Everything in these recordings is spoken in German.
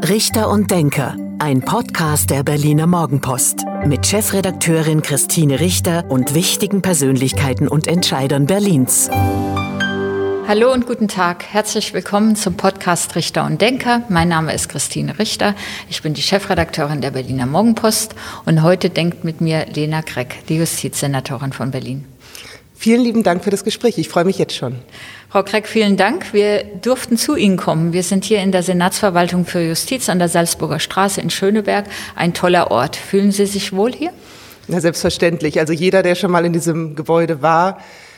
Richter und Denker, ein Podcast der Berliner Morgenpost mit Chefredakteurin Christine Richter und wichtigen Persönlichkeiten und Entscheidern Berlins. Hallo und guten Tag. Herzlich willkommen zum Podcast Richter und Denker. Mein Name ist Christine Richter. Ich bin die Chefredakteurin der Berliner Morgenpost und heute denkt mit mir Lena Kreck, die Justizsenatorin von Berlin. Vielen lieben Dank für das Gespräch. Ich freue mich jetzt schon. Frau Kreck, vielen Dank. Wir durften zu Ihnen kommen. Wir sind hier in der Senatsverwaltung für Justiz an der Salzburger Straße in Schöneberg. Ein toller Ort. Fühlen Sie sich wohl hier? Na, selbstverständlich. Also jeder, der schon mal in diesem Gebäude war,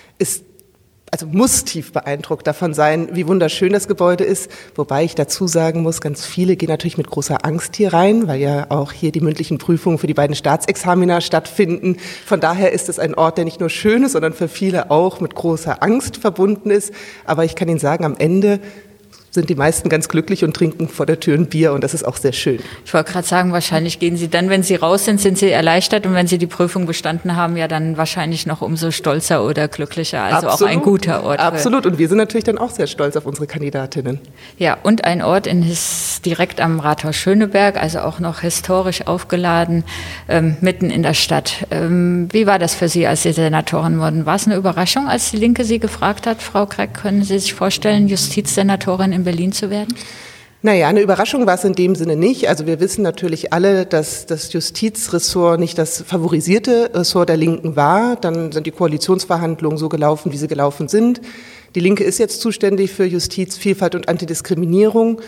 muss tief beeindruckt davon sein, wie wunderschön das Gebäude ist. Wobei ich dazu sagen muss, ganz viele gehen natürlich mit großer Angst hier rein, weil ja auch hier die mündlichen Prüfungen für die beiden Staatsexamina stattfinden. Von daher ist es ein Ort, der nicht nur schön ist, sondern für viele auch mit großer Angst verbunden ist. Aber ich kann Ihnen sagen, am Ende sind die meisten ganz glücklich und trinken vor der Tür ein Bier und das ist auch sehr schön. Ich wollte gerade sagen, wahrscheinlich gehen Sie dann, wenn Sie raus sind Sie erleichtert und wenn Sie die Prüfung bestanden haben, ja dann wahrscheinlich noch umso stolzer oder glücklicher. Also absolut, auch ein guter Ort. Absolut und wir sind natürlich dann auch sehr stolz auf unsere Kandidatinnen. Ja, und ein Ort direkt am Rathaus Schöneberg, also auch noch historisch aufgeladen, mitten in der Stadt. Wie war das für Sie, als Sie Senatorin wurden? War es eine Überraschung, als die Linke Sie gefragt hat, Frau Kreck, können Sie sich vorstellen, Justizsenatorin in Berlin zu werden? Naja, eine Überraschung war es in dem Sinne nicht. Also wir wissen natürlich alle, dass das Justizressort nicht das favorisierte Ressort der Linken war. Dann sind die Koalitionsverhandlungen so gelaufen, wie sie gelaufen sind. Die Linke ist jetzt zuständig für Justiz, Vielfalt und Antidiskriminierung.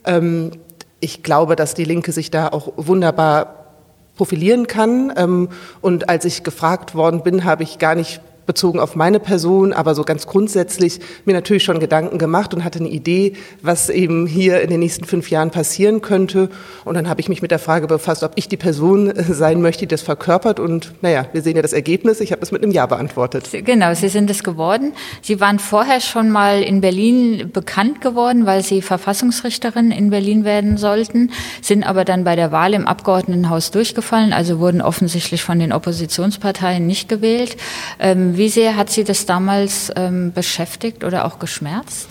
Ich glaube, dass die Linke sich da auch wunderbar profilieren kann. Und als ich gefragt worden bin, habe ich gar nicht bezogen auf meine Person, aber so ganz grundsätzlich mir natürlich schon Gedanken gemacht und hatte eine Idee, was eben hier in den nächsten 5 Jahren passieren könnte. Und dann habe ich mich mit der Frage befasst, ob ich die Person sein möchte, die das verkörpert. Und naja, wir sehen ja das Ergebnis. Ich habe das mit einem Ja beantwortet. Genau, Sie sind es geworden. Sie waren vorher schon mal in Berlin bekannt geworden, weil Sie Verfassungsrichterin in Berlin werden sollten, sind aber dann bei der Wahl im Abgeordnetenhaus durchgefallen, also wurden offensichtlich von den Oppositionsparteien nicht gewählt. Wie sehr hat Sie das damals beschäftigt oder auch geschmerzt?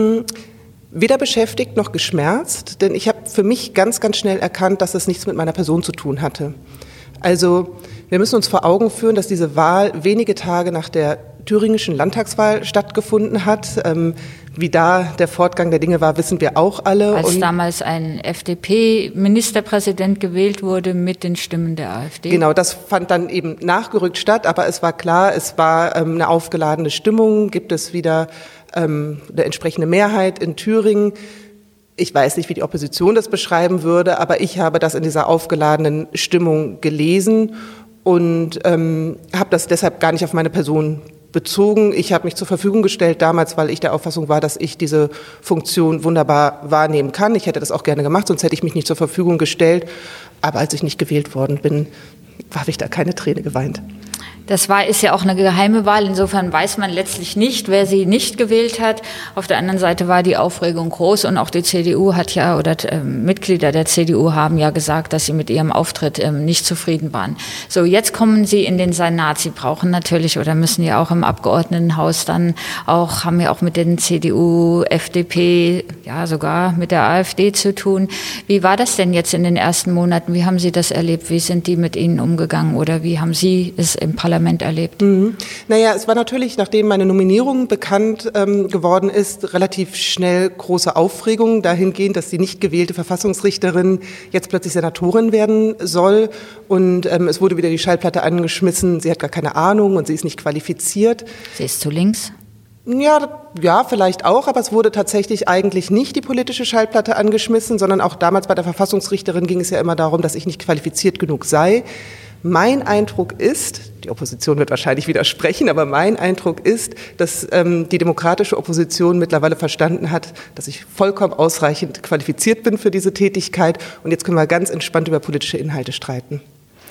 Weder beschäftigt noch geschmerzt, denn ich habe für mich ganz, ganz schnell erkannt, dass das nichts mit meiner Person zu tun hatte. Also wir müssen uns vor Augen führen, dass diese Wahl wenige Tage nach der thüringischen Landtagswahl stattgefunden hat. Wie da der Fortgang der Dinge war, wissen wir auch alle. Als damals ein FDP-Ministerpräsident gewählt wurde mit den Stimmen der AfD. Genau, das fand dann eben nachgerückt statt, aber es war klar, es war eine aufgeladene Stimmung, gibt es wieder eine entsprechende Mehrheit in Thüringen. Ich weiß nicht, wie die Opposition das beschreiben würde, aber ich habe das in dieser aufgeladenen Stimmung gelesen und habe das deshalb gar nicht auf meine Person bezogen. Ich habe mich zur Verfügung gestellt damals, weil ich der Auffassung war, dass ich diese Funktion wunderbar wahrnehmen kann. Ich hätte das auch gerne gemacht, sonst hätte ich mich nicht zur Verfügung gestellt. Aber als ich nicht gewählt worden bin, habe ich da keine Träne geweint. Ist ja auch eine geheime Wahl. Insofern weiß man letztlich nicht, wer sie nicht gewählt hat. Auf der anderen Seite war die Aufregung groß und auch die CDU hat ja, oder Mitglieder der CDU haben ja gesagt, dass sie mit ihrem Auftritt nicht zufrieden waren. So, jetzt kommen Sie in den Senat. Sie brauchen natürlich oder müssen ja auch im Abgeordnetenhaus dann auch, haben ja auch mit den CDU, FDP, ja sogar mit der AfD zu tun. Wie war das denn jetzt in den ersten Monaten? Wie haben Sie das erlebt? Wie sind die mit Ihnen umgegangen oder wie haben Sie es im Parlament erlebt? Naja, es war natürlich, nachdem meine Nominierung bekannt geworden ist, relativ schnell große Aufregung dahingehend, dass die nicht gewählte Verfassungsrichterin jetzt plötzlich Senatorin werden soll. Und es wurde wieder die Schallplatte angeschmissen, sie hat gar keine Ahnung und sie ist nicht qualifiziert. Sie ist zu links? Ja, vielleicht auch, aber es wurde tatsächlich eigentlich nicht die politische Schallplatte angeschmissen, sondern auch damals bei der Verfassungsrichterin ging es ja immer darum, dass ich nicht qualifiziert genug sei. Mein Eindruck ist, die Opposition wird wahrscheinlich widersprechen, aber mein Eindruck ist, dass die demokratische Opposition mittlerweile verstanden hat, dass ich vollkommen ausreichend qualifiziert bin für diese Tätigkeit. Und jetzt können wir ganz entspannt über politische Inhalte streiten.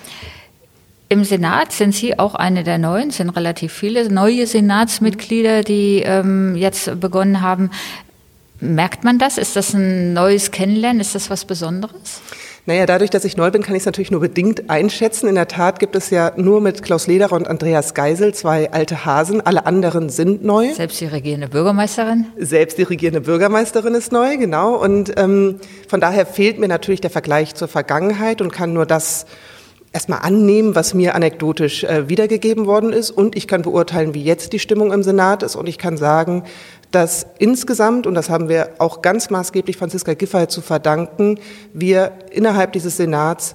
Im Senat sind Sie auch eine der Neuen, es sind relativ viele neue Senatsmitglieder, die jetzt begonnen haben. Merkt man das? Ist das ein neues Kennenlernen? Ist das was Besonderes? Naja, dadurch, dass ich neu bin, kann ich es natürlich nur bedingt einschätzen. In der Tat gibt es ja nur mit Klaus Lederer und Andreas Geisel 2 alte Hasen. Alle anderen sind neu. Selbst die regierende Bürgermeisterin? Selbst die regierende Bürgermeisterin ist neu, genau. Und von daher fehlt mir natürlich der Vergleich zur Vergangenheit und kann nur das erstmal annehmen, was mir anekdotisch wiedergegeben worden ist. Und ich kann beurteilen, wie jetzt die Stimmung im Senat ist. Und ich kann sagen, dass insgesamt, und das haben wir auch ganz maßgeblich Franziska Giffey zu verdanken, wir innerhalb dieses Senats,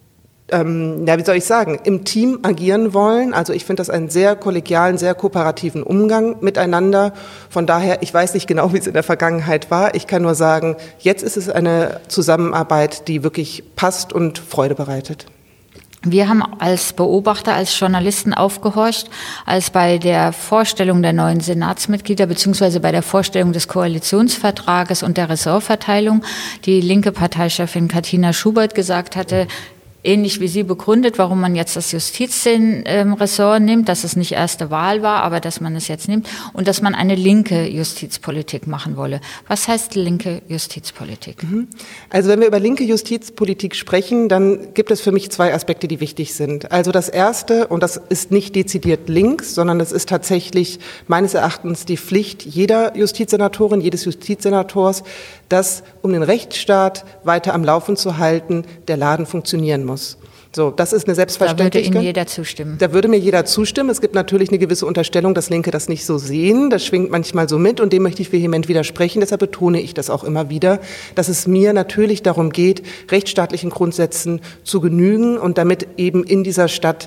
im Team agieren wollen. Also ich finde das einen sehr kollegialen, sehr kooperativen Umgang miteinander. Von daher, ich weiß nicht genau, wie es in der Vergangenheit war. Ich kann nur sagen, jetzt ist es eine Zusammenarbeit, die wirklich passt und Freude bereitet. Wir haben als Beobachter, als Journalisten aufgehorcht, als bei der Vorstellung der neuen Senatsmitglieder beziehungsweise bei der Vorstellung des Koalitionsvertrages und der Ressortverteilung die linke Parteichefin Katina Schubert gesagt hatte, ähnlich wie sie begründet, warum man jetzt das Justizressort nimmt, dass es nicht erste Wahl war, aber dass man es jetzt nimmt und dass man eine linke Justizpolitik machen wolle. Was heißt linke Justizpolitik? Also wenn wir über linke Justizpolitik sprechen, dann gibt es für mich 2 Aspekte, die wichtig sind. Also das erste, und das ist nicht dezidiert links, sondern es ist tatsächlich meines Erachtens die Pflicht jeder Justizsenatorin, jedes Justizsenators, dass, um den Rechtsstaat weiter am Laufen zu halten, der Laden funktionieren muss. So, das ist eine Selbstverständlichkeit. Da würde Ihnen jeder zustimmen. Da würde mir jeder zustimmen. Es gibt natürlich eine gewisse Unterstellung, dass Linke das nicht so sehen. Das schwingt manchmal so mit und dem möchte ich vehement widersprechen. Deshalb betone ich das auch immer wieder, dass es mir natürlich darum geht, rechtsstaatlichen Grundsätzen zu genügen und damit eben in dieser Stadt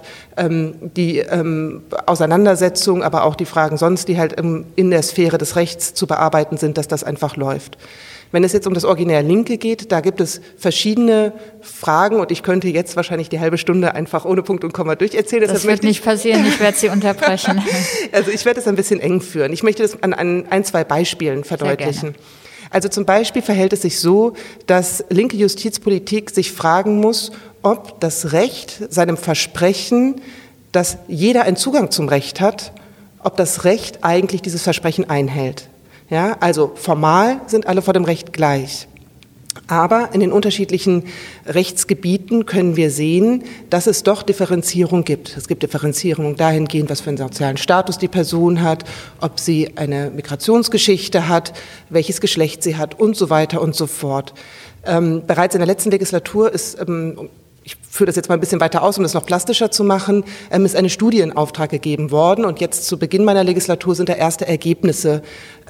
die Auseinandersetzung, aber auch die Fragen sonst, die halt in der Sphäre des Rechts zu bearbeiten sind, dass das einfach läuft. Wenn es jetzt um das originär Linke geht, da gibt es verschiedene Fragen und ich könnte jetzt wahrscheinlich die halbe Stunde einfach ohne Punkt und Komma durcherzählen. Das wird nicht passieren, ich werde Sie unterbrechen. Also ich werde es ein bisschen eng führen. Ich möchte das an 1-2 Beispielen verdeutlichen. Also zum Beispiel verhält es sich so, dass linke Justizpolitik sich fragen muss, ob das Recht seinem Versprechen, dass jeder einen Zugang zum Recht hat, ob das Recht eigentlich dieses Versprechen einhält. Ja, also formal sind alle vor dem Recht gleich. Aber in den unterschiedlichen Rechtsgebieten können wir sehen, dass es doch Differenzierung gibt. Es gibt Differenzierung dahingehend, was für einen sozialen Status die Person hat, ob sie eine Migrationsgeschichte hat, welches Geschlecht sie hat und so weiter und so fort. Bereits in der letzten Legislatur ist ich führe das jetzt mal ein bisschen weiter aus, um das noch plastischer zu machen, ist eine Studie in Auftrag gegeben worden und jetzt zu Beginn meiner Legislatur sind da erste Ergebnisse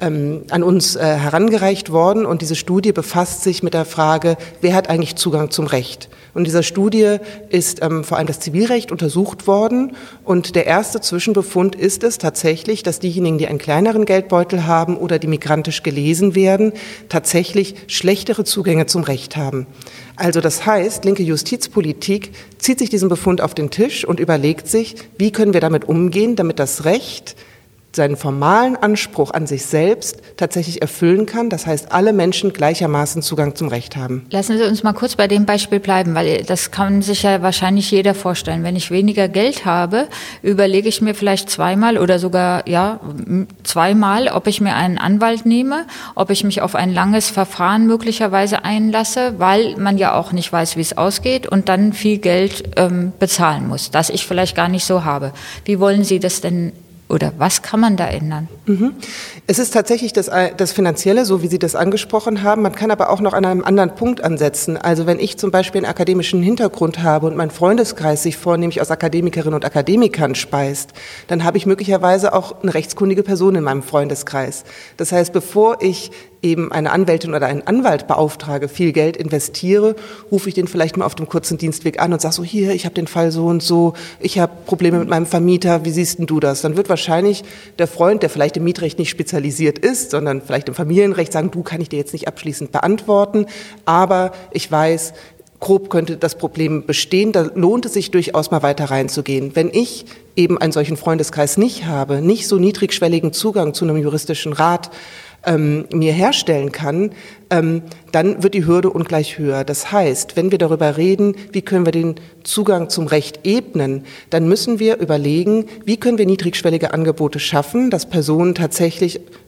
an uns herangereicht worden und diese Studie befasst sich mit der Frage, wer hat eigentlich Zugang zum Recht? Und in dieser Studie ist vor allem das Zivilrecht untersucht worden und der erste Zwischenbefund ist es tatsächlich, dass diejenigen, die einen kleineren Geldbeutel haben oder die migrantisch gelesen werden, tatsächlich schlechtere Zugänge zum Recht haben. Also das heißt, linke Justizpolitik zieht sich diesen Befund auf den Tisch und überlegt sich, wie können wir damit umgehen, damit das Recht seinen formalen Anspruch an sich selbst tatsächlich erfüllen kann. Das heißt, alle Menschen gleichermaßen Zugang zum Recht haben. Lassen Sie uns mal kurz bei dem Beispiel bleiben, weil das kann sich ja wahrscheinlich jeder vorstellen. Wenn ich weniger Geld habe, überlege ich mir vielleicht zweimal oder sogar zweimal, ob ich mir einen Anwalt nehme, ob ich mich auf ein langes Verfahren möglicherweise einlasse, weil man ja auch nicht weiß, wie es ausgeht und dann viel Geld bezahlen muss, das ich vielleicht gar nicht so habe. Wie wollen Sie das denn oder was kann man da ändern? Es ist tatsächlich das Finanzielle, so wie Sie das angesprochen haben. Man kann aber auch noch an einem anderen Punkt ansetzen. Also wenn ich zum Beispiel einen akademischen Hintergrund habe und mein Freundeskreis sich vornehmlich aus Akademikerinnen und Akademikern speist, dann habe ich möglicherweise auch eine rechtskundige Person in meinem Freundeskreis. Das heißt, bevor ich eben eine Anwältin oder einen Anwalt beauftrage, viel Geld investiere, rufe ich den vielleicht mal auf dem kurzen Dienstweg an und sage so, hier, ich habe den Fall so und so, ich habe Probleme mit meinem Vermieter, wie siehst denn du das? Dann wird wahrscheinlich der Freund, der vielleicht im Mietrecht nicht spezialisiert ist, sondern vielleicht im Familienrecht sagen, du, kann ich dir jetzt nicht abschließend beantworten, aber ich weiß, grob könnte das Problem bestehen, da lohnt es sich durchaus mal weiter reinzugehen. Wenn ich eben einen solchen Freundeskreis nicht habe, nicht so niedrigschwelligen Zugang zu einem juristischen Rat mir herstellen kann, dann wird die Hürde ungleich höher. Das heißt, wenn wir darüber reden, wie können wir den Zugang zum Recht ebnen, dann müssen wir überlegen, wie können wir niedrigschwellige Angebote schaffen, dass Personen tatsächlich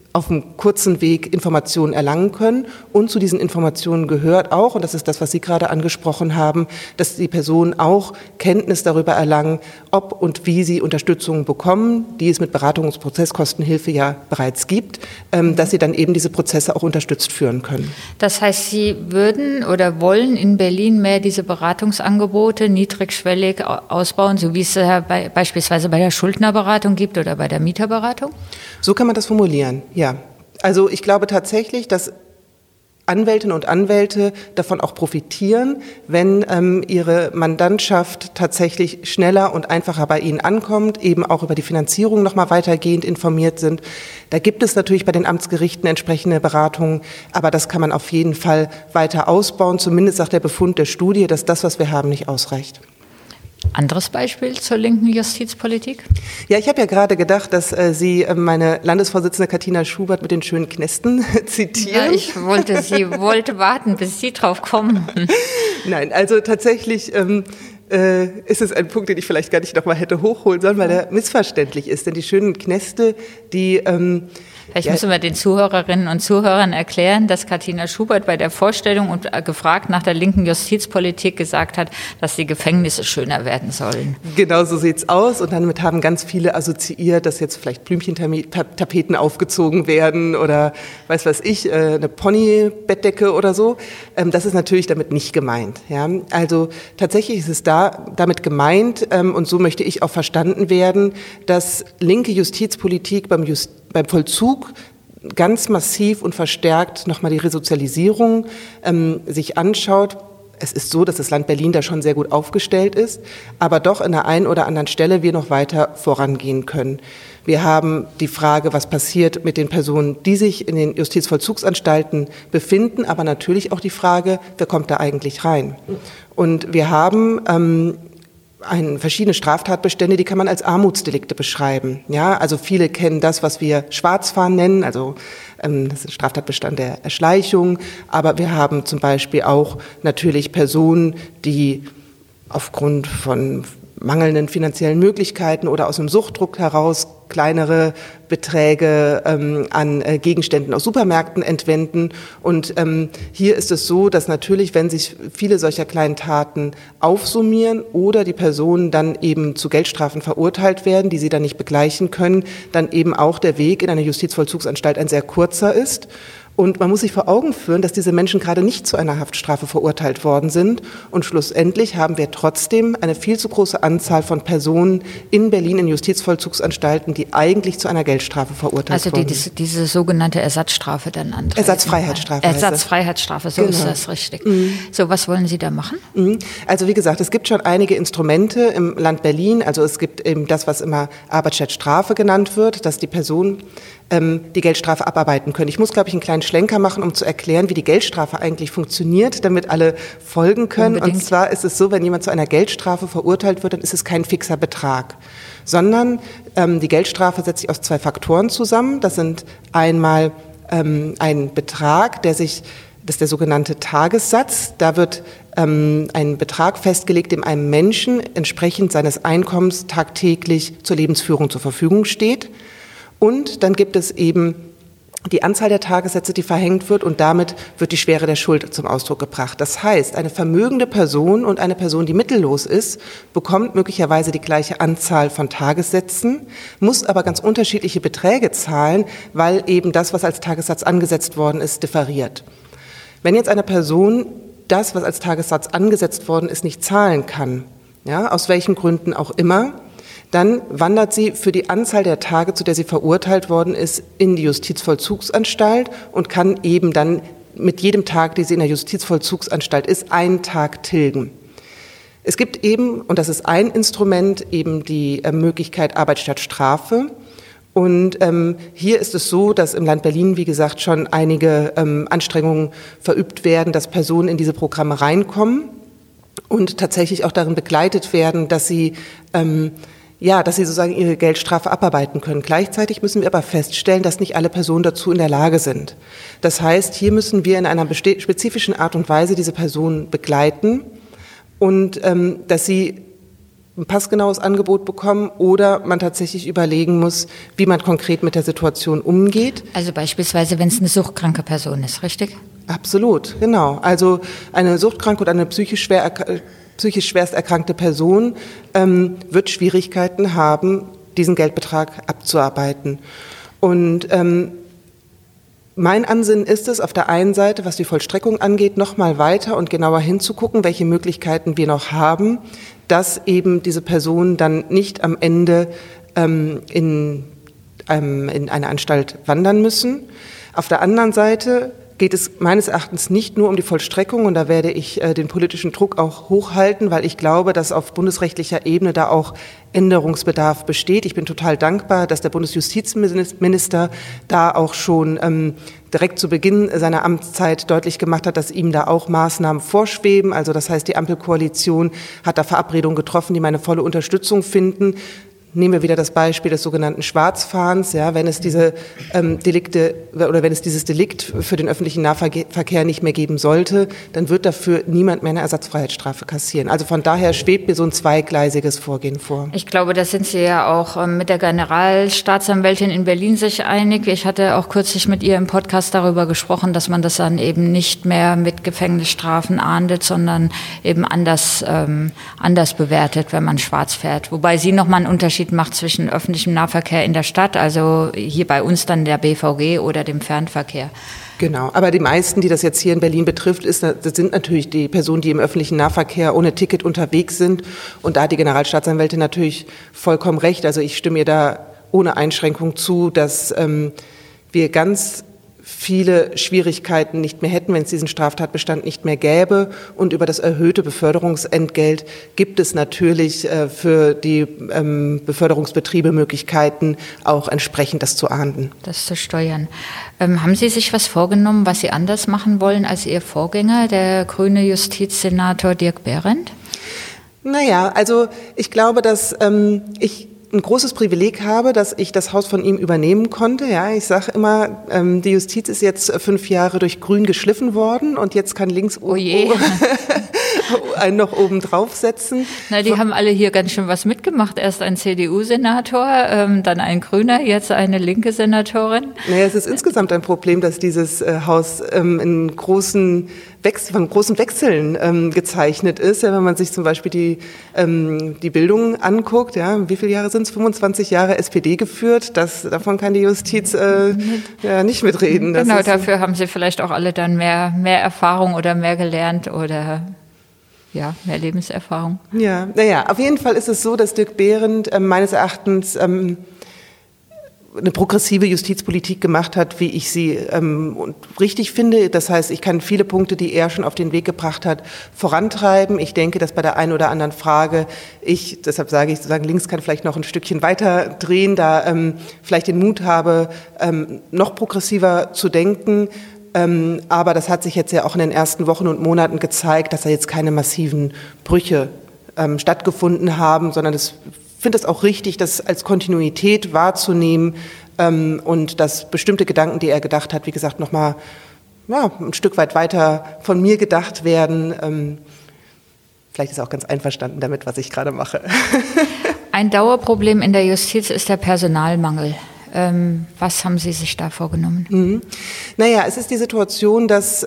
auf einem kurzen Weg Informationen erlangen können. Und zu diesen Informationen gehört auch, und das ist das, was Sie gerade angesprochen haben, dass die Personen auch Kenntnis darüber erlangen, ob und wie sie Unterstützung bekommen, die es mit Beratungs- und Prozesskostenhilfe ja bereits gibt, dass sie dann eben diese Prozesse auch unterstützt führen können. Das heißt, Sie würden oder wollen in Berlin mehr diese Beratungsangebote niedrigschwellig ausbauen, so wie es beispielsweise bei der Schuldnerberatung gibt oder bei der Mieterberatung? So kann man das formulieren, ja. Also ich glaube tatsächlich, dass Anwältinnen und Anwälte davon auch profitieren, wenn ihre Mandantschaft tatsächlich schneller und einfacher bei ihnen ankommt, eben auch über die Finanzierung noch mal weitergehend informiert sind. Da gibt es natürlich bei den Amtsgerichten entsprechende Beratungen, aber das kann man auf jeden Fall weiter ausbauen. Zumindest sagt der Befund der Studie, dass das, was wir haben, nicht ausreicht. Anderes Beispiel zur linken Justizpolitik? Ja, ich habe ja gerade gedacht, dass Sie meine Landesvorsitzende Katina Schubert mit den schönen Knästen zitieren. Ja, ich wollte warten, bis Sie drauf kommen. Nein, also tatsächlich ist es ein Punkt, den ich vielleicht gar nicht noch mal hätte hochholen sollen, weil der missverständlich ist. Denn die schönen Knäste, die Vielleicht müssen wir den Zuhörerinnen und Zuhörern erklären, dass Katina Schubert bei der Vorstellung und gefragt nach der linken Justizpolitik gesagt hat, dass die Gefängnisse schöner werden sollen. Genau so sieht's aus. Und damit haben ganz viele assoziiert, dass jetzt vielleicht Blümchentapeten aufgezogen werden oder weiß ich, eine Ponybettdecke oder so. Das ist natürlich damit nicht gemeint. Ja? Also tatsächlich ist es damit gemeint, und so möchte ich auch verstanden werden, dass linke Justizpolitik beim Vollzug ganz massiv und verstärkt nochmal die Resozialisierung sich anschaut. Es ist so, dass das Land Berlin da schon sehr gut aufgestellt ist, aber doch an der einen oder anderen Stelle wir noch weiter vorangehen können. Wir haben die Frage, was passiert mit den Personen, die sich in den Justizvollzugsanstalten befinden, aber natürlich auch die Frage, wer kommt da eigentlich rein? Und wir haben verschiedene Straftatbestände, die kann man als Armutsdelikte beschreiben. Ja, also viele kennen das, was wir Schwarzfahren nennen, also das ist Straftatbestand der Erschleichung, aber wir haben zum Beispiel auch natürlich Personen, die aufgrund von mangelnden finanziellen Möglichkeiten oder aus einem Suchtdruck heraus kleinere Beträge an Gegenständen aus Supermärkten entwenden. Und hier ist es so, dass natürlich, wenn sich viele solcher kleinen Taten aufsummieren oder die Personen dann eben zu Geldstrafen verurteilt werden, die sie dann nicht begleichen können, dann eben auch der Weg in eine Justizvollzugsanstalt ein sehr kurzer ist. Und man muss sich vor Augen führen, dass diese Menschen gerade nicht zu einer Haftstrafe verurteilt worden sind. Und schlussendlich haben wir trotzdem eine viel zu große Anzahl von Personen in Berlin in Justizvollzugsanstalten, die eigentlich zu einer Geldstrafe verurteilt wurden. Also diese sogenannte Ersatzstrafe dann antreten. Ersatzfreiheitsstrafe. Ersatzfreiheitsstrafe, so ist das richtig. So, was wollen Sie da machen? Also wie gesagt, es gibt schon einige Instrumente im Land Berlin. Also es gibt eben das, was immer Arbeit statt Strafe genannt wird, dass die Personen die Geldstrafe abarbeiten können. Ich muss, glaube ich, einen kleinen Schlenker machen, um zu erklären, wie die Geldstrafe eigentlich funktioniert, damit alle folgen können. Unbedingt. Und zwar ist es so, wenn jemand zu einer Geldstrafe verurteilt wird, dann ist es kein fixer Betrag, sondern die Geldstrafe setzt sich aus 2 Faktoren zusammen. Das sind einmal ein Betrag, das ist der sogenannte Tagessatz. Da wird ein Betrag festgelegt, dem einem Menschen entsprechend seines Einkommens tagtäglich zur Lebensführung zur Verfügung steht. Und dann gibt es eben die Anzahl der Tagessätze, die verhängt wird, und damit wird die Schwere der Schuld zum Ausdruck gebracht. Das heißt, eine vermögende Person und eine Person, die mittellos ist, bekommt möglicherweise die gleiche Anzahl von Tagessätzen, muss aber ganz unterschiedliche Beträge zahlen, weil eben das, was als Tagessatz angesetzt worden ist, differiert. Wenn jetzt eine Person das, was als Tagessatz angesetzt worden ist, nicht zahlen kann, ja, aus welchen Gründen auch immer, dann wandert sie für die Anzahl der Tage, zu der sie verurteilt worden ist, in die Justizvollzugsanstalt und kann eben dann mit jedem Tag, den sie in der Justizvollzugsanstalt ist, einen Tag tilgen. Es gibt eben, und das ist ein Instrument, eben die Möglichkeit Arbeit statt Strafe. Und hier ist es so, dass im Land Berlin, wie gesagt, schon einige Anstrengungen verübt werden, dass Personen in diese Programme reinkommen und tatsächlich auch darin begleitet werden, dass sie sozusagen ihre Geldstrafe abarbeiten können. Gleichzeitig müssen wir aber feststellen, dass nicht alle Personen dazu in der Lage sind. Das heißt, hier müssen wir in einer spezifischen Art und Weise diese Personen begleiten und dass sie ein passgenaues Angebot bekommen oder man tatsächlich überlegen muss, wie man konkret mit der Situation umgeht. Also beispielsweise, wenn es eine suchtkranke Person ist, richtig? Absolut, genau. Also eine suchtkranke oder eine psychisch schwerst erkrankte Person wird Schwierigkeiten haben, diesen Geldbetrag abzuarbeiten. Und mein Ansinnen ist es, auf der einen Seite, was die Vollstreckung angeht, noch mal weiter und genauer hinzugucken, welche Möglichkeiten wir noch haben, dass eben diese Personen dann nicht am Ende in eine Anstalt wandern müssen. Auf der anderen Seite geht es meines Erachtens nicht nur um die Vollstreckung, und da werde ich den politischen Druck auch hochhalten, weil ich glaube, dass auf bundesrechtlicher Ebene da auch Änderungsbedarf besteht. Ich bin total dankbar, dass der Bundesjustizminister da auch schon direkt zu Beginn seiner Amtszeit deutlich gemacht hat, dass ihm da auch Maßnahmen vorschweben. Also das heißt, die Ampelkoalition hat da Verabredungen getroffen, die meine volle Unterstützung finden. Nehmen wir wieder das Beispiel des sogenannten Schwarzfahrens. Ja, wenn es diese Delikte oder wenn es dieses Delikt für den öffentlichen Nahverkehr nicht mehr geben sollte, dann wird dafür niemand mehr eine Ersatzfreiheitsstrafe kassieren. Also von daher schwebt mir so ein zweigleisiges Vorgehen vor. Ich glaube, da sind Sie ja auch mit der Generalstaatsanwältin in Berlin sich einig. Ich hatte auch kürzlich mit ihr im Podcast darüber gesprochen, dass man das dann eben nicht mehr mit Gefängnisstrafen ahndet, sondern eben anders bewertet, wenn man schwarz fährt. Wobei sie nochmal einen Unterschied macht zwischen öffentlichem Nahverkehr in der Stadt, also hier bei uns dann der BVG oder dem Fernverkehr. Genau, aber die meisten, die das jetzt hier in Berlin betrifft, das sind natürlich die Personen, die im öffentlichen Nahverkehr ohne Ticket unterwegs sind. Und da hat die Generalstaatsanwältin natürlich vollkommen recht. Also ich stimme ihr da ohne Einschränkung zu, dass wir ganz viele Schwierigkeiten nicht mehr hätten, wenn es diesen Straftatbestand nicht mehr gäbe. Und über das erhöhte Beförderungsentgelt gibt es natürlich für die Beförderungsbetriebe Möglichkeiten, auch entsprechend das zu ahnden. Das zu steuern. Haben Sie sich was vorgenommen, was Sie anders machen wollen als Ihr Vorgänger, der grüne Justizsenator Dirk Behrendt? Naja, also ich glaube, dass ich ein großes Privileg habe, dass ich das Haus von ihm übernehmen konnte. Ja, ich sage immer, die Justiz ist jetzt 5 Jahre durch Grün geschliffen worden und jetzt kann links einen noch oben draufsetzen. Na, die haben alle hier ganz schön was mitgemacht. Erst ein CDU-Senator, dann ein Grüner, jetzt eine linke Senatorin. Naja, es ist insgesamt ein Problem, dass dieses Haus in großen Wechseln gezeichnet ist. Ja, wenn man sich zum Beispiel die Bildung anguckt, ja, wie viele Jahre sind es? 25 Jahre SPD geführt. Davon kann die Justiz nicht mitreden. Das genau, dafür haben sie vielleicht auch alle dann mehr Erfahrung oder mehr gelernt oder mehr Lebenserfahrung. Ja, naja, auf jeden Fall ist es so, dass Dirk Behrendt meines Erachtens eine progressive Justizpolitik gemacht hat, wie ich sie richtig finde. Das heißt, ich kann viele Punkte, die er schon auf den Weg gebracht hat, vorantreiben. Ich denke, dass bei der einen oder anderen Frage deshalb sage ich, links kann vielleicht noch ein Stückchen weiter drehen, da vielleicht den Mut habe, noch progressiver zu denken. Aber das hat sich jetzt ja auch in den ersten Wochen und Monaten gezeigt, dass da jetzt keine massiven Brüche stattgefunden haben, sondern ich finde es auch richtig, das als Kontinuität wahrzunehmen und dass bestimmte Gedanken, die er gedacht hat, wie gesagt, nochmal ein Stück weit weiter von mir gedacht werden. Vielleicht ist er auch ganz einverstanden damit, was ich gerade mache. Ein Dauerproblem in der Justiz ist der Personalmangel. Was haben Sie sich da vorgenommen? Naja, es ist die Situation, dass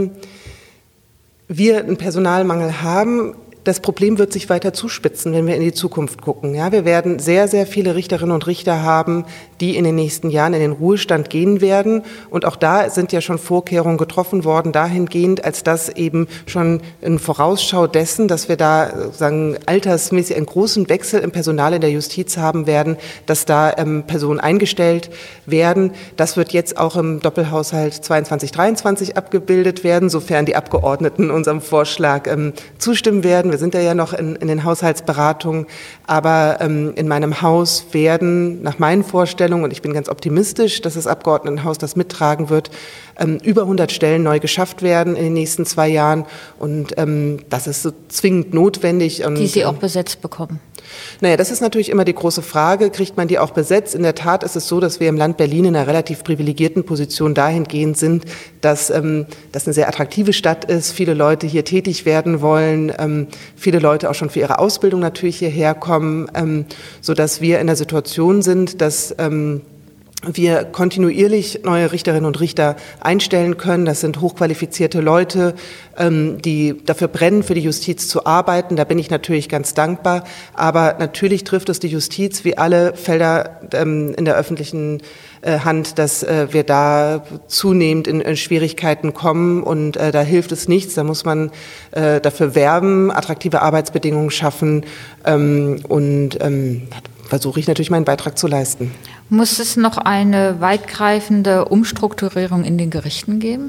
wir einen Personalmangel haben. Das Problem wird sich weiter zuspitzen, wenn wir in die Zukunft gucken. Ja, wir werden sehr, sehr viele Richterinnen und Richter haben, die in den nächsten Jahren in den Ruhestand gehen werden. Und auch da sind ja schon Vorkehrungen getroffen worden, dahingehend, als dass eben schon in Vorausschau dessen, dass wir da altersmäßig einen großen Wechsel im Personal in der Justiz haben werden, dass da Personen eingestellt werden. Das wird jetzt auch im Doppelhaushalt 22/23 abgebildet werden, sofern die Abgeordneten unserem Vorschlag zustimmen werden. Wir sind ja noch in den Haushaltsberatungen, aber in meinem Haus werden nach meinen Vorstellungen, und ich bin ganz optimistisch, dass das Abgeordnetenhaus das mittragen wird, über 100 Stellen neu geschafft werden in den nächsten 2 Jahren. Und das ist so zwingend notwendig. Und, die Sie auch besetzt bekommen? Naja, das ist natürlich immer die große Frage. Kriegt man die auch besetzt? In der Tat ist es so, dass wir im Land Berlin in einer relativ privilegierten Position dahingehend sind, dass das eine sehr attraktive Stadt ist, viele Leute hier tätig werden wollen, viele Leute auch schon für ihre Ausbildung natürlich hierher kommen, sodass wir in der Situation sind, dass wir kontinuierlich neue Richterinnen und Richter einstellen können. Das sind hochqualifizierte Leute, die dafür brennen, für die Justiz zu arbeiten. Da bin ich natürlich ganz dankbar. Aber natürlich trifft es die Justiz wie alle Felder in der öffentlichen Hand, dass wir da zunehmend in Schwierigkeiten kommen. Und da hilft es nichts. Da muss man dafür werben, attraktive Arbeitsbedingungen schaffen und versuche ich natürlich meinen Beitrag zu leisten. Muss es noch eine weitgreifende Umstrukturierung in den Gerichten geben?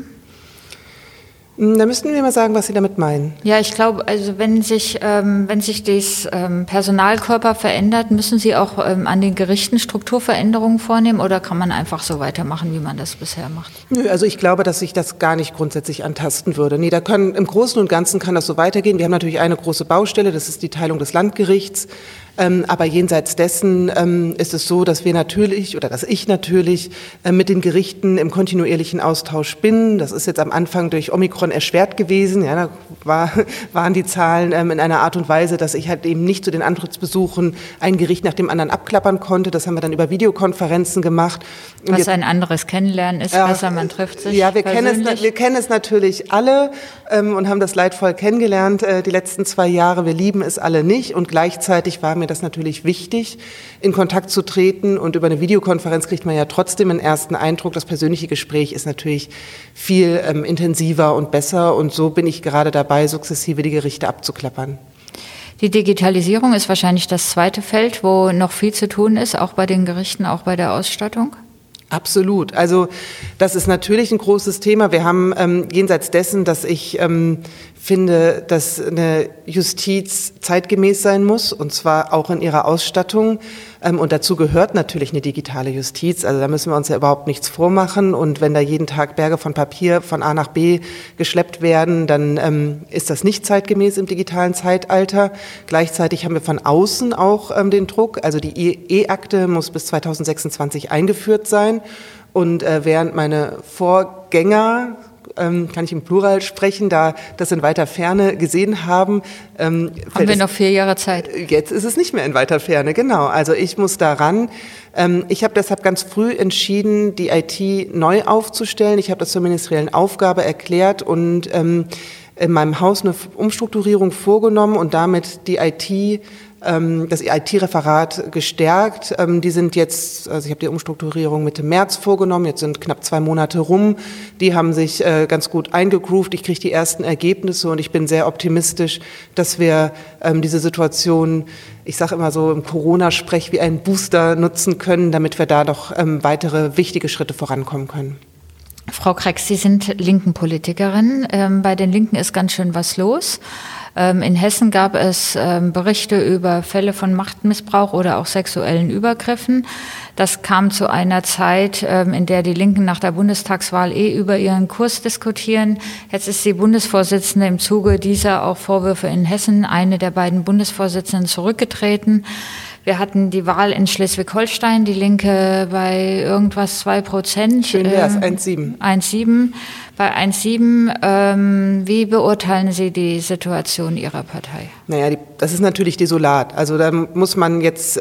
Da müssten wir mal sagen, was Sie damit meinen. Ja, ich glaube, also wenn sich das Personalkörper verändert, müssen Sie auch an den Gerichten Strukturveränderungen vornehmen oder kann man einfach so weitermachen, wie man das bisher macht? Nö, also ich glaube, dass sich das gar nicht grundsätzlich antasten würde. Nee, im Großen und Ganzen kann das so weitergehen. Wir haben natürlich eine große Baustelle, das ist die Teilung des Landgerichts. Aber jenseits dessen ist es so, dass ich natürlich mit den Gerichten im kontinuierlichen Austausch bin. Das ist jetzt am Anfang durch Omikron erschwert gewesen. Ja, da waren die Zahlen in einer Art und Weise, dass ich halt eben nicht zu den Antrittsbesuchen ein Gericht nach dem anderen abklappern konnte. Das haben wir dann über Videokonferenzen gemacht. Was ein anderes Kennenlernen ist, besser, man trifft sich. Ja, wir kennen es natürlich alle und haben das leidvoll kennengelernt die letzten 2 Jahre. Wir lieben es alle nicht und gleichzeitig war mir das natürlich wichtig, in Kontakt zu treten und über eine Videokonferenz kriegt man ja trotzdem einen ersten Eindruck. Das persönliche Gespräch ist natürlich viel intensiver und besser und so bin ich gerade dabei, sukzessive die Gerichte abzuklappern. Die Digitalisierung ist wahrscheinlich das zweite Feld, wo noch viel zu tun ist, auch bei den Gerichten, auch bei der Ausstattung. Absolut. Also das ist natürlich ein großes Thema. Wir haben jenseits dessen, dass ich finde, dass eine Justiz zeitgemäß sein muss, und zwar auch in ihrer Ausstattung. Und dazu gehört natürlich eine digitale Justiz. Also da müssen wir uns ja überhaupt nichts vormachen. Und wenn da jeden Tag Berge von Papier von A nach B geschleppt werden, dann ist das nicht zeitgemäß im digitalen Zeitalter. Gleichzeitig haben wir von außen auch den Druck. Also die E-Akte muss bis 2026 eingeführt sein. Und während meine Vorgänger, kann ich im Plural sprechen, da das in weiter Ferne gesehen haben. Haben wir noch 4 Jahre Zeit? Jetzt ist es nicht mehr in weiter Ferne, genau. Also ich muss da ran. Ich habe deshalb ganz früh entschieden, die IT neu aufzustellen. Ich habe das zur ministeriellen Aufgabe erklärt und in meinem Haus eine Umstrukturierung vorgenommen und damit die IT, das IT-Referat gestärkt. Die sind jetzt, also ich habe die Umstrukturierung Mitte März vorgenommen, jetzt sind knapp 2 Monate rum. Die haben sich ganz gut eingegroovt. Ich kriege die ersten Ergebnisse und ich bin sehr optimistisch, dass wir diese Situation, ich sage immer so im Corona-Sprech, wie einen Booster nutzen können, damit wir da noch weitere wichtige Schritte vorankommen können. Frau Krex, Sie sind Linken-Politikerin. Bei den Linken ist ganz schön was los. In Hessen gab es Berichte über Fälle von Machtmissbrauch oder auch sexuellen Übergriffen. Das kam zu einer Zeit, in der die Linken nach der Bundestagswahl über ihren Kurs diskutieren. Jetzt ist die Bundesvorsitzende im Zuge dieser auch Vorwürfe in Hessen, eine der beiden Bundesvorsitzenden, zurückgetreten. Wir hatten die Wahl in Schleswig-Holstein, die Linke bei irgendwas 2%. Schön wär's, 1,7. 1,7. Bei 1,7, wie beurteilen Sie die Situation Ihrer Partei? Naja, das ist natürlich desolat. Also da muss man jetzt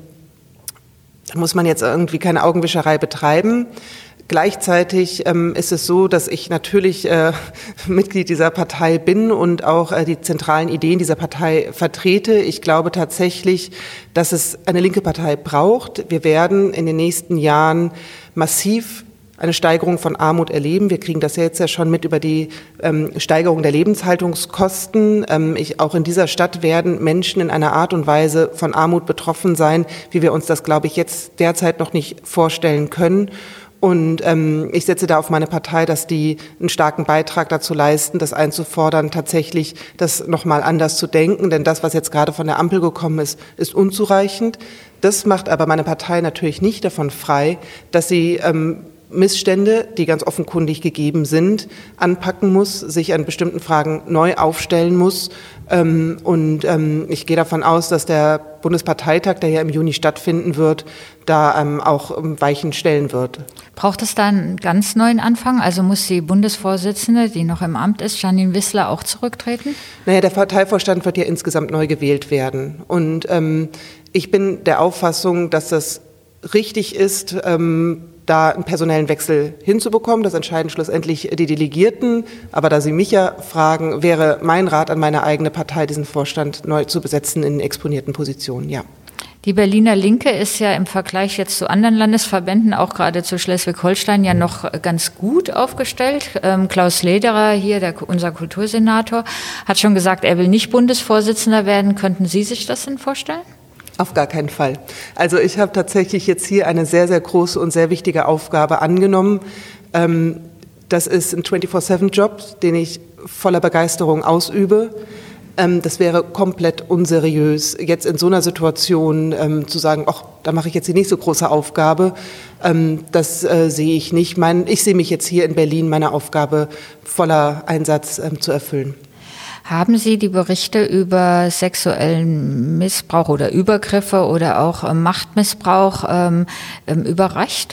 irgendwie keine Augenwischerei betreiben. Gleichzeitig ist es so, dass ich natürlich Mitglied dieser Partei bin und auch die zentralen Ideen dieser Partei vertrete. Ich glaube tatsächlich, dass es eine linke Partei braucht. Wir werden in den nächsten Jahren massiv eine Steigerung von Armut erleben. Wir kriegen das ja jetzt schon mit über die Steigerung der Lebenshaltungskosten. Auch in dieser Stadt werden Menschen in einer Art und Weise von Armut betroffen sein, wie wir uns das, glaube ich, jetzt derzeit noch nicht vorstellen können. Und ich setze da auf meine Partei, dass die einen starken Beitrag dazu leisten, das einzufordern, tatsächlich das nochmal anders zu denken. Denn das, was jetzt gerade von der Ampel gekommen ist, ist unzureichend. Das macht aber meine Partei natürlich nicht davon frei, dass sie Missstände, die ganz offenkundig gegeben sind, anpacken muss, sich an bestimmten Fragen neu aufstellen muss. Ich gehe davon aus, dass der Bundesparteitag, der ja im Juni stattfinden wird, da auch Weichen stellen wird. Braucht es da einen ganz neuen Anfang? Also muss die Bundesvorsitzende, die noch im Amt ist, Janine Wissler, auch zurücktreten? Naja, der Parteivorstand wird ja insgesamt neu gewählt werden. Und ich bin der Auffassung, dass das richtig ist, da einen personellen Wechsel hinzubekommen. Das entscheiden schlussendlich die Delegierten. Aber da Sie mich ja fragen, wäre mein Rat an meine eigene Partei, diesen Vorstand neu zu besetzen in exponierten Positionen, ja. Die Berliner Linke ist ja im Vergleich jetzt zu anderen Landesverbänden, auch gerade zu Schleswig-Holstein, ja noch ganz gut aufgestellt. Klaus Lederer hier, unser Kultursenator, hat schon gesagt, er will nicht Bundesvorsitzender werden. Könnten Sie sich das denn vorstellen? Auf gar keinen Fall. Also ich habe tatsächlich jetzt hier eine sehr, sehr große und sehr wichtige Aufgabe angenommen. Das ist ein 24/7-Job, den ich voller Begeisterung ausübe. Das wäre komplett unseriös, jetzt in so einer Situation zu sagen, ach, da mache ich jetzt die nächste große Aufgabe. Das sehe ich nicht. Ich sehe mich jetzt hier in Berlin, meine Aufgabe voller Einsatz zu erfüllen. Haben Sie die Berichte über sexuellen Missbrauch oder Übergriffe oder auch Machtmissbrauch überrascht?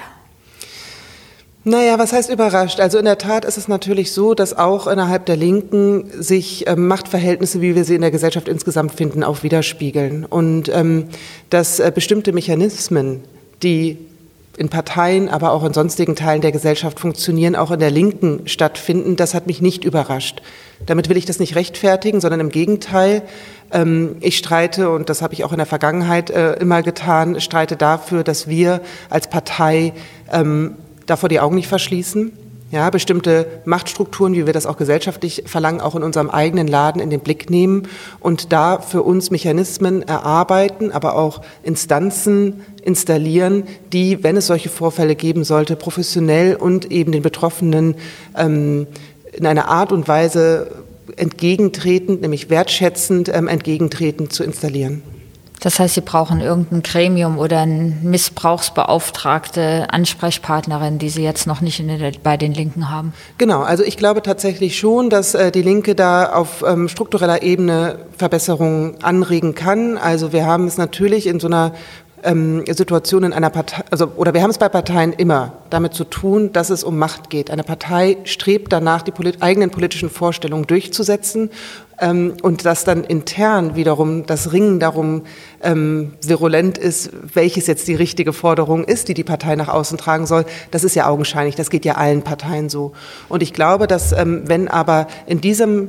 Naja, was heißt überrascht? Also in der Tat ist es natürlich so, dass auch innerhalb der Linken sich Machtverhältnisse, wie wir sie in der Gesellschaft insgesamt finden, auch widerspiegeln. Und dass bestimmte Mechanismen, die in Parteien, aber auch in sonstigen Teilen der Gesellschaft funktionieren, auch in der Linken stattfinden, das hat mich nicht überrascht. Damit will ich das nicht rechtfertigen, sondern im Gegenteil. Ich streite, und das habe ich auch in der Vergangenheit immer getan, streite dafür, dass wir als Partei davor die Augen nicht verschließen. Ja, bestimmte Machtstrukturen, wie wir das auch gesellschaftlich verlangen, auch in unserem eigenen Laden in den Blick nehmen und da für uns Mechanismen erarbeiten, aber auch Instanzen installieren, die, wenn es solche Vorfälle geben sollte, professionell und eben den Betroffenen in einer Art und Weise entgegentretend, nämlich wertschätzend entgegentretend zu installieren. Das heißt, Sie brauchen irgendein Gremium oder eine Missbrauchsbeauftragte Ansprechpartnerin, die Sie jetzt noch nicht bei den Linken haben? Genau, also ich glaube tatsächlich schon, dass die Linke da auf struktureller Ebene Verbesserungen anregen kann. Also wir haben es natürlich in so einer Situation in einer Partei, oder wir haben es bei Parteien immer damit zu tun, dass es um Macht geht. Eine Partei strebt danach, die eigenen politischen Vorstellungen durchzusetzen und dass dann intern wiederum das Ringen darum virulent ist, welches jetzt die richtige Forderung ist, die Partei nach außen tragen soll. Das ist ja augenscheinlich, das geht ja allen Parteien so. Und ich glaube, dass wenn aber in diesen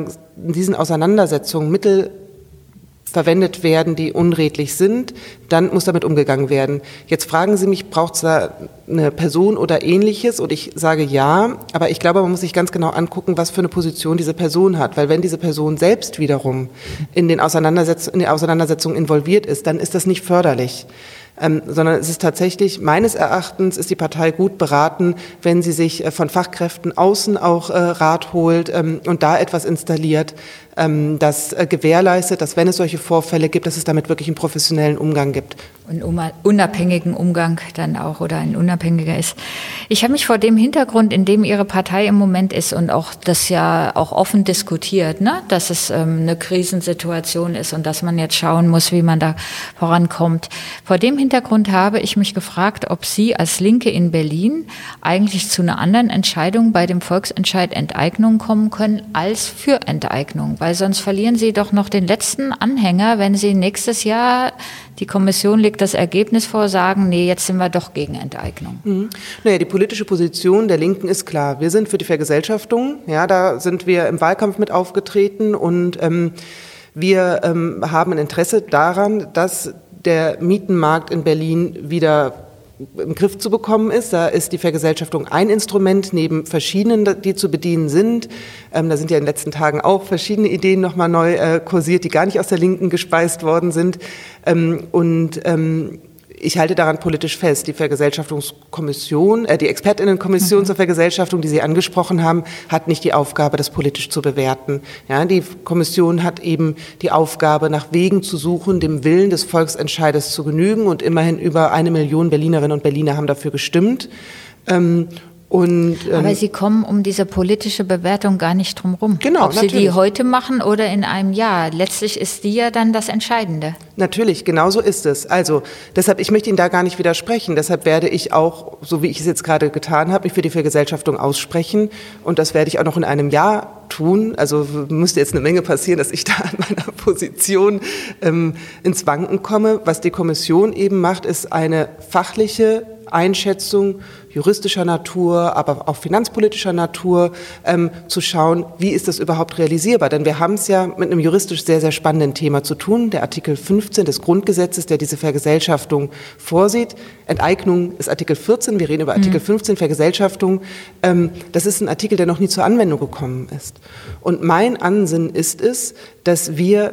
Auseinandersetzungen Mittel verwendet werden, die unredlich sind, dann muss damit umgegangen werden. Jetzt fragen Sie mich, braucht es da eine Person oder Ähnliches? Und ich sage ja, aber ich glaube, man muss sich ganz genau angucken, was für eine Position diese Person hat. Weil wenn diese Person selbst wiederum in der Auseinandersetzung involviert ist, dann ist das nicht förderlich. Sondern es ist tatsächlich, meines Erachtens ist die Partei gut beraten, wenn sie sich von Fachkräften außen auch Rat holt und da etwas installiert, das gewährleistet, dass wenn es solche Vorfälle gibt, dass es damit wirklich einen professionellen Umgang gibt. Einen unabhängigen Umgang dann auch oder ein unabhängiger ist. Ich habe mich vor dem Hintergrund, in dem Ihre Partei im Moment ist und auch das ja auch offen diskutiert, ne, dass es eine Krisensituation ist und dass man jetzt schauen muss, wie man da vorankommt. Vor dem Hintergrund habe ich mich gefragt, ob Sie als Linke in Berlin eigentlich zu einer anderen Entscheidung bei dem Volksentscheid Enteignung kommen können als für Enteignung, weil sonst verlieren Sie doch noch den letzten Anhänger, wenn Sie nächstes Jahr, die Kommission legt das Ergebnis vor, sagen, nee, jetzt sind wir doch gegen Enteignung. Naja, die politische Position der Linken ist klar. Wir sind für die Vergesellschaftung. Ja, da sind wir im Wahlkampf mit aufgetreten und wir haben ein Interesse daran, dass der Mietenmarkt in Berlin wieder im Griff zu bekommen ist. Da ist die Vergesellschaftung ein Instrument neben verschiedenen, die zu bedienen sind. Da sind ja in den letzten Tagen auch verschiedene Ideen nochmal neu kursiert, die gar nicht aus der Linken gespeist worden sind. Ich halte daran politisch fest. Die Vergesellschaftungskommission, die ExpertInnenkommission zur Vergesellschaftung, die Sie angesprochen haben, hat nicht die Aufgabe, das politisch zu bewerten. Ja, die Kommission hat eben die Aufgabe, nach Wegen zu suchen, dem Willen des Volksentscheides zu genügen. Und immerhin über 1 Million Berlinerinnen und Berliner haben dafür gestimmt. Aber Sie kommen um diese politische Bewertung gar nicht drum rum. Genau, ob Sie die heute machen oder in einem Jahr. Letztlich ist die ja dann das Entscheidende. Natürlich, genau so ist es. Also deshalb, ich möchte Ihnen da gar nicht widersprechen. Deshalb werde ich auch, so wie ich es jetzt gerade getan habe, mich für die Vergesellschaftung aussprechen. Und das werde ich auch noch in einem Jahr tun. Also müsste jetzt eine Menge passieren, dass ich da an meiner Position ins Wanken komme. Was die Kommission eben macht, ist eine fachliche Einschätzung juristischer Natur, aber auch finanzpolitischer Natur, zu schauen, wie ist das überhaupt realisierbar? Denn wir haben es ja mit einem juristisch sehr, sehr spannenden Thema zu tun. Der Artikel 15 des Grundgesetzes, der diese Vergesellschaftung vorsieht. Enteignung ist Artikel 14, wir reden über Artikel 15, Vergesellschaftung. Das ist ein Artikel, der noch nie zur Anwendung gekommen ist. Und mein Ansinnen ist es, dass wir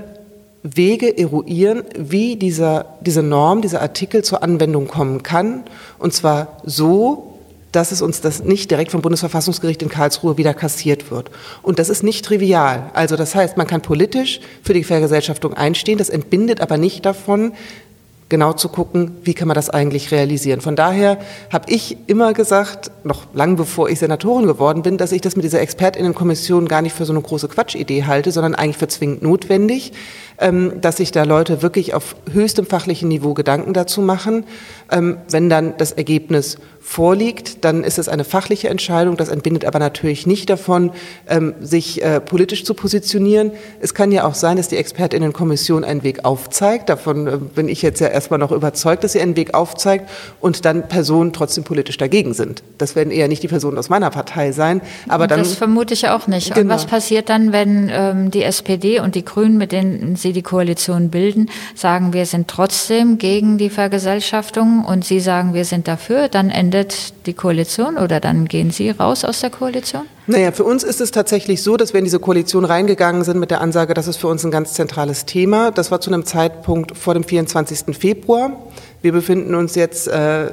Wege eruieren, wie diese Norm, dieser Artikel zur Anwendung kommen kann. Und zwar so, dass es uns das nicht direkt vom Bundesverfassungsgericht in Karlsruhe wieder kassiert wird. Und das ist nicht trivial. Also das heißt, man kann politisch für die Vergesellschaftung einstehen, das entbindet aber nicht davon, genau zu gucken, wie kann man das eigentlich realisieren. Von daher habe ich immer gesagt, noch lang bevor ich Senatorin geworden bin, dass ich das mit dieser ExpertInnenkommission gar nicht für so eine große Quatschidee halte, sondern eigentlich für zwingend notwendig, dass sich da Leute wirklich auf höchstem fachlichen Niveau Gedanken dazu machen. Wenn dann das Ergebnis vorliegt, dann ist es eine fachliche Entscheidung. Das entbindet aber natürlich nicht davon, sich politisch zu positionieren. Es kann ja auch sein, dass die ExpertInnenkommission einen Weg aufzeigt. Davon bin ich jetzt ja erstmal noch überzeugt, dass sie einen Weg aufzeigt und dann Personen trotzdem politisch dagegen sind. Das werden eher nicht die Personen aus meiner Partei sein. Aber dann, das vermute ich auch nicht. Genau. Und was passiert dann, wenn die SPD und die Grünen, mit denen Sie die Koalition bilden, sagen, wir sind trotzdem gegen die Vergesellschaftung und Sie sagen, wir sind dafür? Dann endet die Koalition oder dann gehen Sie raus aus der Koalition? Naja, für uns ist es tatsächlich so, dass wir in diese Koalition reingegangen sind mit der Ansage, das ist für uns ein ganz zentrales Thema. Das war zu einem Zeitpunkt vor dem 24. Februar. Wir befinden uns jetzt,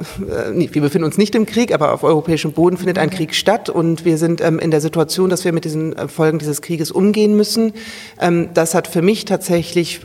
wir befinden uns nicht im Krieg, aber auf europäischem Boden findet ein Krieg statt und wir sind in der Situation, dass wir mit diesen Folgen dieses Krieges umgehen müssen. Das hat für mich tatsächlich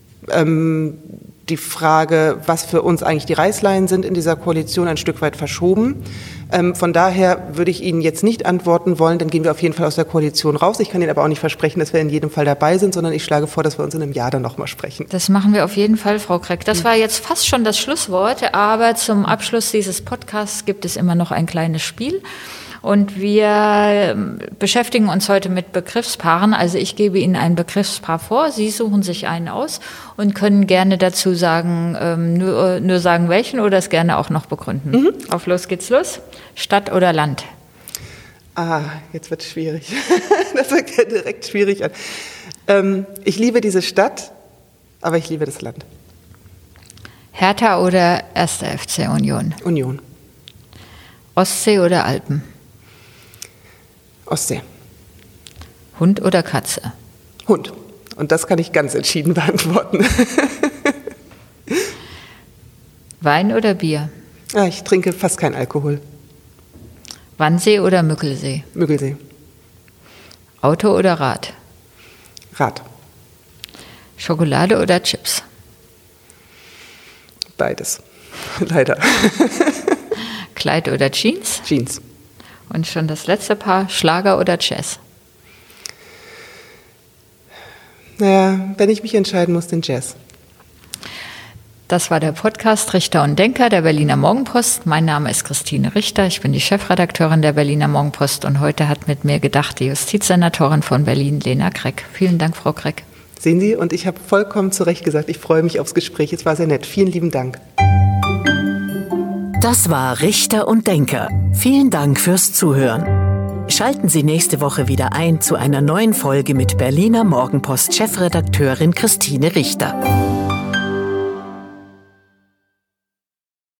die Frage, was für uns eigentlich die Reißleinen sind in dieser Koalition, ein Stück weit verschoben. Von daher würde ich Ihnen jetzt nicht antworten wollen, dann gehen wir auf jeden Fall aus der Koalition raus. Ich kann Ihnen aber auch nicht versprechen, dass wir in jedem Fall dabei sind, sondern ich schlage vor, dass wir uns in einem Jahr dann nochmal sprechen. Das machen wir auf jeden Fall, Frau Kreck. Das war jetzt fast schon das Schlusswort, aber zum Abschluss dieses Podcasts gibt es immer noch ein kleines Spiel. Und wir beschäftigen uns heute mit Begriffspaaren. Also ich gebe Ihnen ein Begriffspaar vor, Sie suchen sich einen aus und können gerne dazu sagen, nur sagen welchen oder es gerne auch noch begründen. Auf los geht's los. Stadt oder Land? Jetzt wird es schwierig. Das fängt ja direkt schwierig an. Ich liebe diese Stadt, aber ich liebe das Land. Hertha oder 1. FC Union? Union. Ostsee oder Alpen? Ostsee. Hund oder Katze? Hund. Und das kann ich ganz entschieden beantworten. Wein oder Bier? Ich trinke fast keinen Alkohol. Wannsee oder Müggelsee? Müggelsee. Auto oder Rad? Rad. Schokolade oder Chips? Beides. Leider. Kleid oder Jeans? Jeans. Und schon das letzte Paar, Schlager oder Jazz? Naja, wenn ich mich entscheiden muss, den Jazz. Das war der Podcast Richter und Denker der Berliner Morgenpost. Mein Name ist Christine Richter, ich bin die Chefredakteurin der Berliner Morgenpost und heute hat mit mir gedacht die Justizsenatorin von Berlin, Lena Kreck. Vielen Dank, Frau Kreck. Sehen Sie, und ich habe vollkommen zu Recht gesagt, ich freue mich aufs Gespräch. Es war sehr nett. Vielen lieben Dank. Das war Richter und Denker. Vielen Dank fürs Zuhören. Schalten Sie nächste Woche wieder ein zu einer neuen Folge mit Berliner Morgenpost-Chefredakteurin Christine Richter.